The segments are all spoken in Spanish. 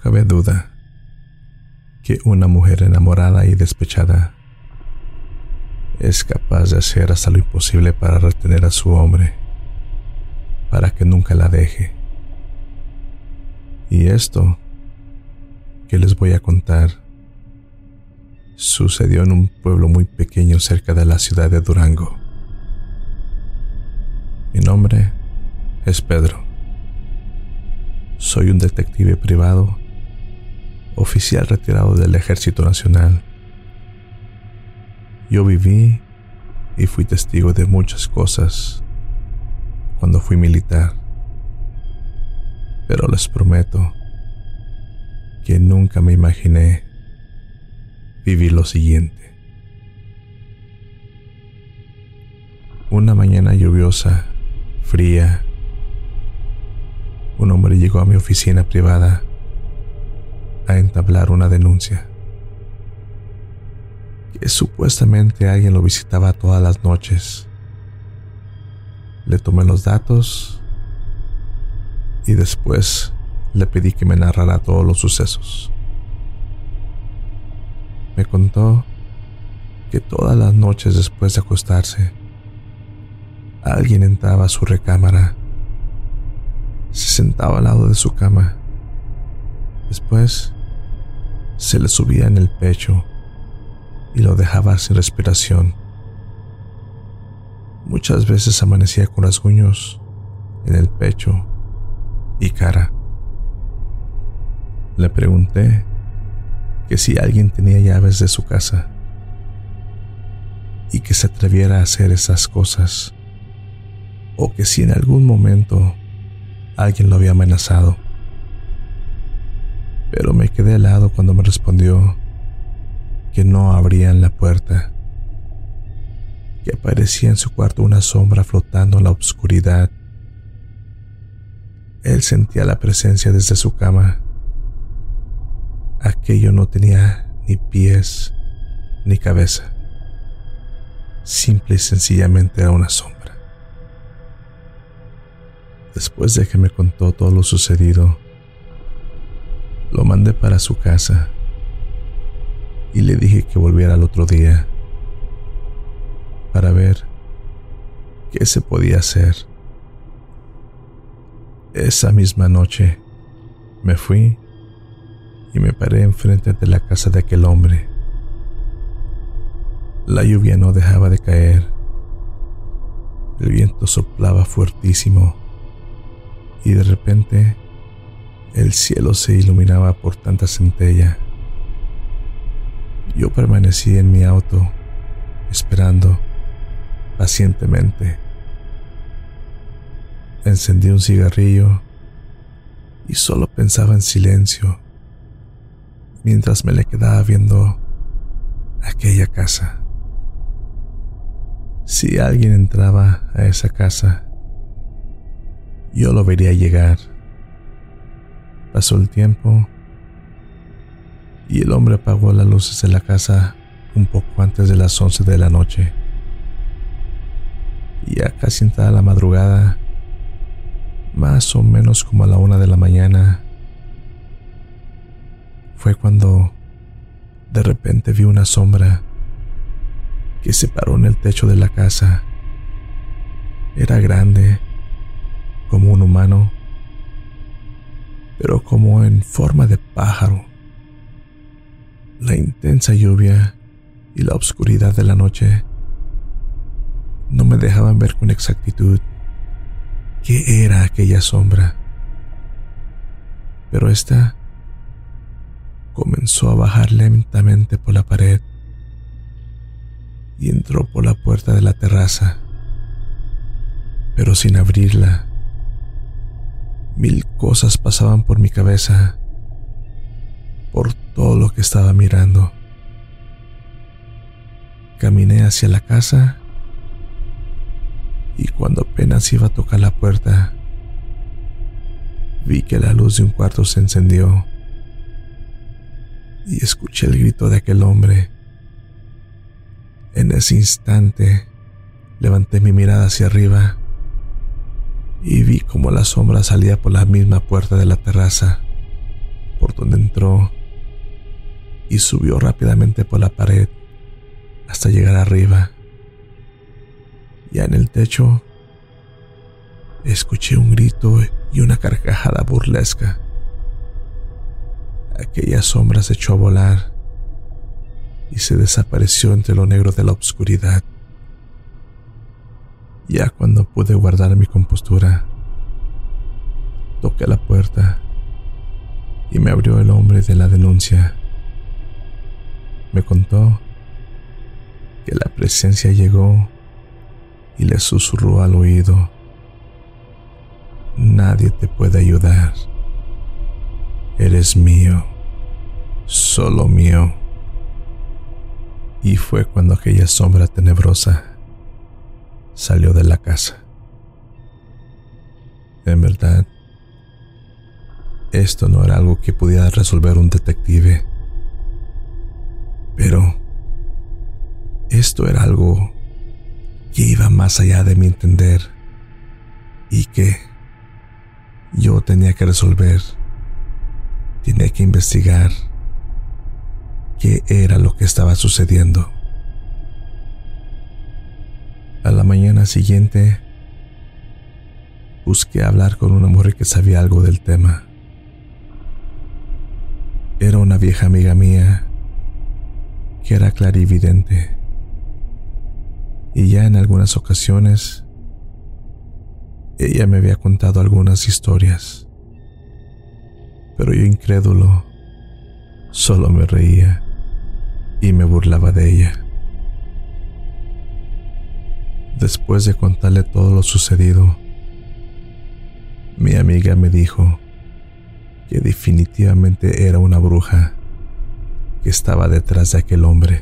cabe duda que una mujer enamorada y despechada es capaz de hacer hasta lo imposible para retener a su hombre, para que nunca la deje. Y esto que les voy a contar sucedió en un pueblo muy pequeño cerca de la ciudad de Durango. Mi nombre es Pedro. Soy un detective privado, oficial retirado del Ejército Nacional. Yo viví y fui testigo de muchas cosas cuando fui militar, pero les prometo que nunca me imaginé vivir lo siguiente. Una mañana lluviosa, fría, un hombre llegó a mi oficina privada a entablar una denuncia. Que supuestamente alguien lo visitaba todas las noches. Le tomé los datos y después le pedí que me narrara todos los sucesos. Me contó que todas las noches después de acostarse, alguien entraba a su recámara, se sentaba al lado de su cama, después se le subía en el pecho y lo dejaba sin respiración. Muchas veces amanecía con rasguños en el pecho y cara. Le pregunté que si alguien tenía llaves de su casa y que se atreviera a hacer esas cosas, o que si en algún momento alguien lo había amenazado. Pero me quedé helado cuando me respondió que no abrían la puerta, que aparecía en su cuarto una sombra flotando en la oscuridad. Él sentía la presencia desde su cama. Aquello no tenía ni pies ni cabeza. Simple y sencillamente era una sombra. Después de que me contó todo lo sucedido, lo mandé para su casa y le dije que volviera al otro día para ver qué se podía hacer. Esa misma noche me fui y me paré enfrente de la casa de aquel hombre. La lluvia no dejaba de caer. El viento soplaba fuertísimo y de repente el cielo se iluminaba por tanta centella. Yo permanecí en mi auto, esperando pacientemente. Encendí un cigarrillo y solo pensaba en silencio mientras me le quedaba viendo aquella casa. Si alguien entraba a esa casa, yo lo vería llegar. Pasó el tiempo y el hombre apagó las luces de la casa un poco antes de las 11 de la noche. Y ya casi entrada la madrugada, más o menos como a la 1 de la mañana, fue cuando de repente vi una sombra que se paró en el techo de la casa. Era grande, como un humano, pero como en forma de pájaro. La intensa lluvia y la oscuridad de la noche no me dejaban ver con exactitud qué era aquella sombra, pero esta comenzó a bajar lentamente por la pared y entró por la puerta de la terraza, pero sin abrirla. Mil cosas pasaban por mi cabeza, por todo lo que estaba mirando. Caminé hacia la casa y cuando apenas iba a tocar la puerta, vi que la luz de un cuarto se encendió y escuché el grito de aquel hombre. En ese instante, levanté mi mirada hacia arriba y vi como la sombra salía por la misma puerta de la terraza, por por donde entró y subió rápidamente por la pared hasta llegar arriba. Ya en el techo, escuché un grito y una carcajada burlesca. Aquella sombra se echó a volar y se desapareció entre lo negro de la oscuridad. Ya cuando pude guardar mi compostura, toqué la puerta y me abrió el hombre de la denuncia. Me contó que la presencia llegó y le susurró al oído: nadie te puede ayudar. Eres mío, solo mío. Y fue cuando aquella sombra tenebrosa salió de la casa. En verdad, esto no era algo que pudiera resolver un detective, pero esto era algo que iba más allá de mi entender y que yo tenía que resolver. Tenía que investigar qué era lo que estaba sucediendo. A la mañana siguiente, busqué hablar con una mujer que sabía algo del tema. Era una vieja amiga mía que era clarividente, y ya en algunas ocasiones ella me había contado algunas historias, pero yo, incrédulo, solo me reía y me burlaba de ella. Después de contarle todo lo sucedido, mi amiga me dijo que definitivamente era una bruja que estaba detrás de aquel hombre.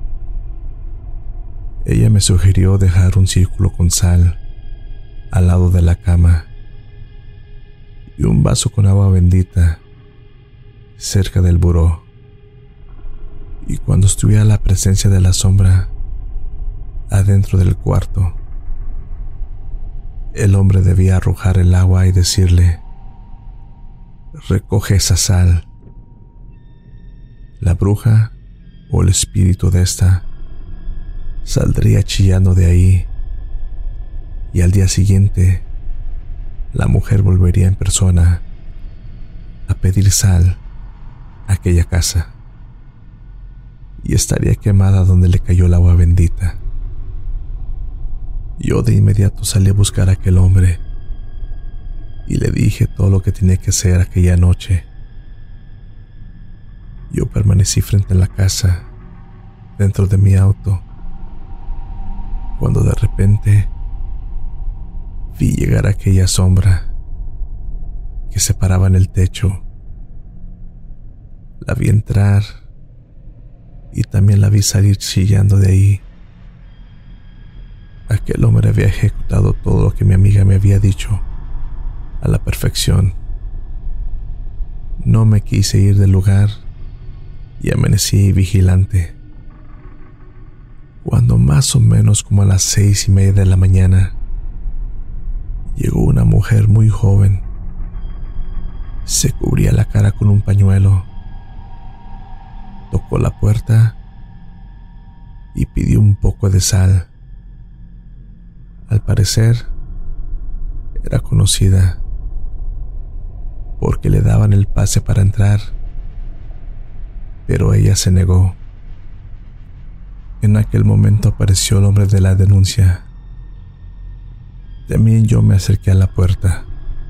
Ella me sugirió dejar un círculo con sal al lado de la cama y un vaso con agua bendita cerca del buró. Y cuando estuviera la presencia de la sombra adentro del cuarto, el hombre debía arrojar el agua y decirle: recoge esa sal. La bruja o el espíritu de esta saldría chillando de ahí, y al día siguiente la mujer volvería en persona a pedir sal a aquella casa y estaría quemada donde le cayó el agua bendita. Yo de inmediato salí a buscar a aquel hombre y le dije todo lo que tenía que hacer aquella noche. Yo permanecí frente a la casa, dentro de mi auto, cuando de repente vi llegar aquella sombra que se paraba en el techo. La vi entrar y también la vi salir chillando de ahí. Aquel hombre había ejecutado todo lo que mi amiga me había dicho a la perfección. No me quise ir del lugar y amanecí vigilante. Cuando más o menos como a las 6:30 de la mañana, llegó una mujer muy joven. Se cubría la cara con un pañuelo. Tocó la puerta y pidió un poco de sal. Al parecer, era conocida porque le daban el pase para entrar, pero ella se negó. En aquel momento apareció el hombre de la denuncia. También yo me acerqué a la puerta.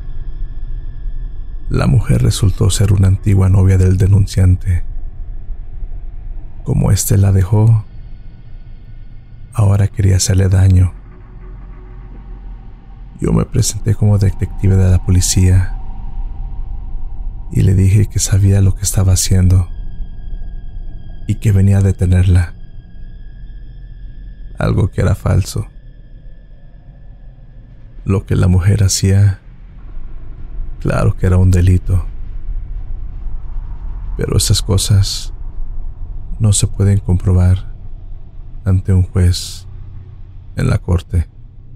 La mujer resultó ser una antigua novia del denunciante. Como éste la dejó, ahora quería hacerle daño. Yo me presenté como detective de la policía y le dije que sabía lo que estaba haciendo y que venía a detenerla. Algo que era falso. Lo que la mujer hacía, claro que era un delito. Pero esas cosas no se pueden comprobar ante un juez en la corte.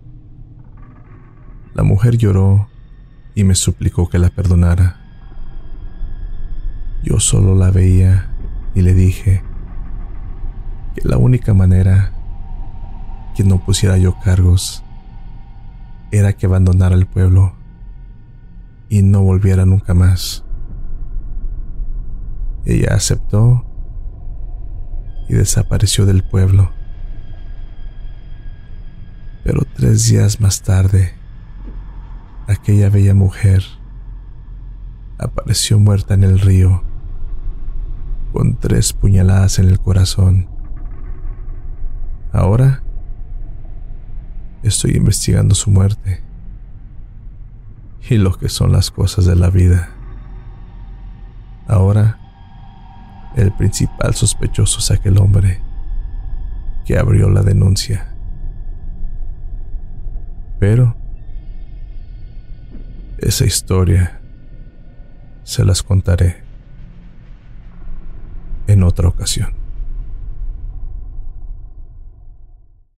La mujer lloró y me suplicó que la perdonara. Yo solo la veía y le dije que la única manera que no pusiera yo cargos era que abandonara el pueblo y no volviera nunca más. Ella aceptó y desapareció del pueblo. Pero 3 días más tarde, aquella bella mujer apareció muerta en el río, con 3 puñaladas en el corazón. Ahora estoy investigando su muerte y lo que son las cosas de la vida. Ahora, el principal sospechoso es aquel hombre que abrió la denuncia. Pero esa historia se las contaré en otra ocasión.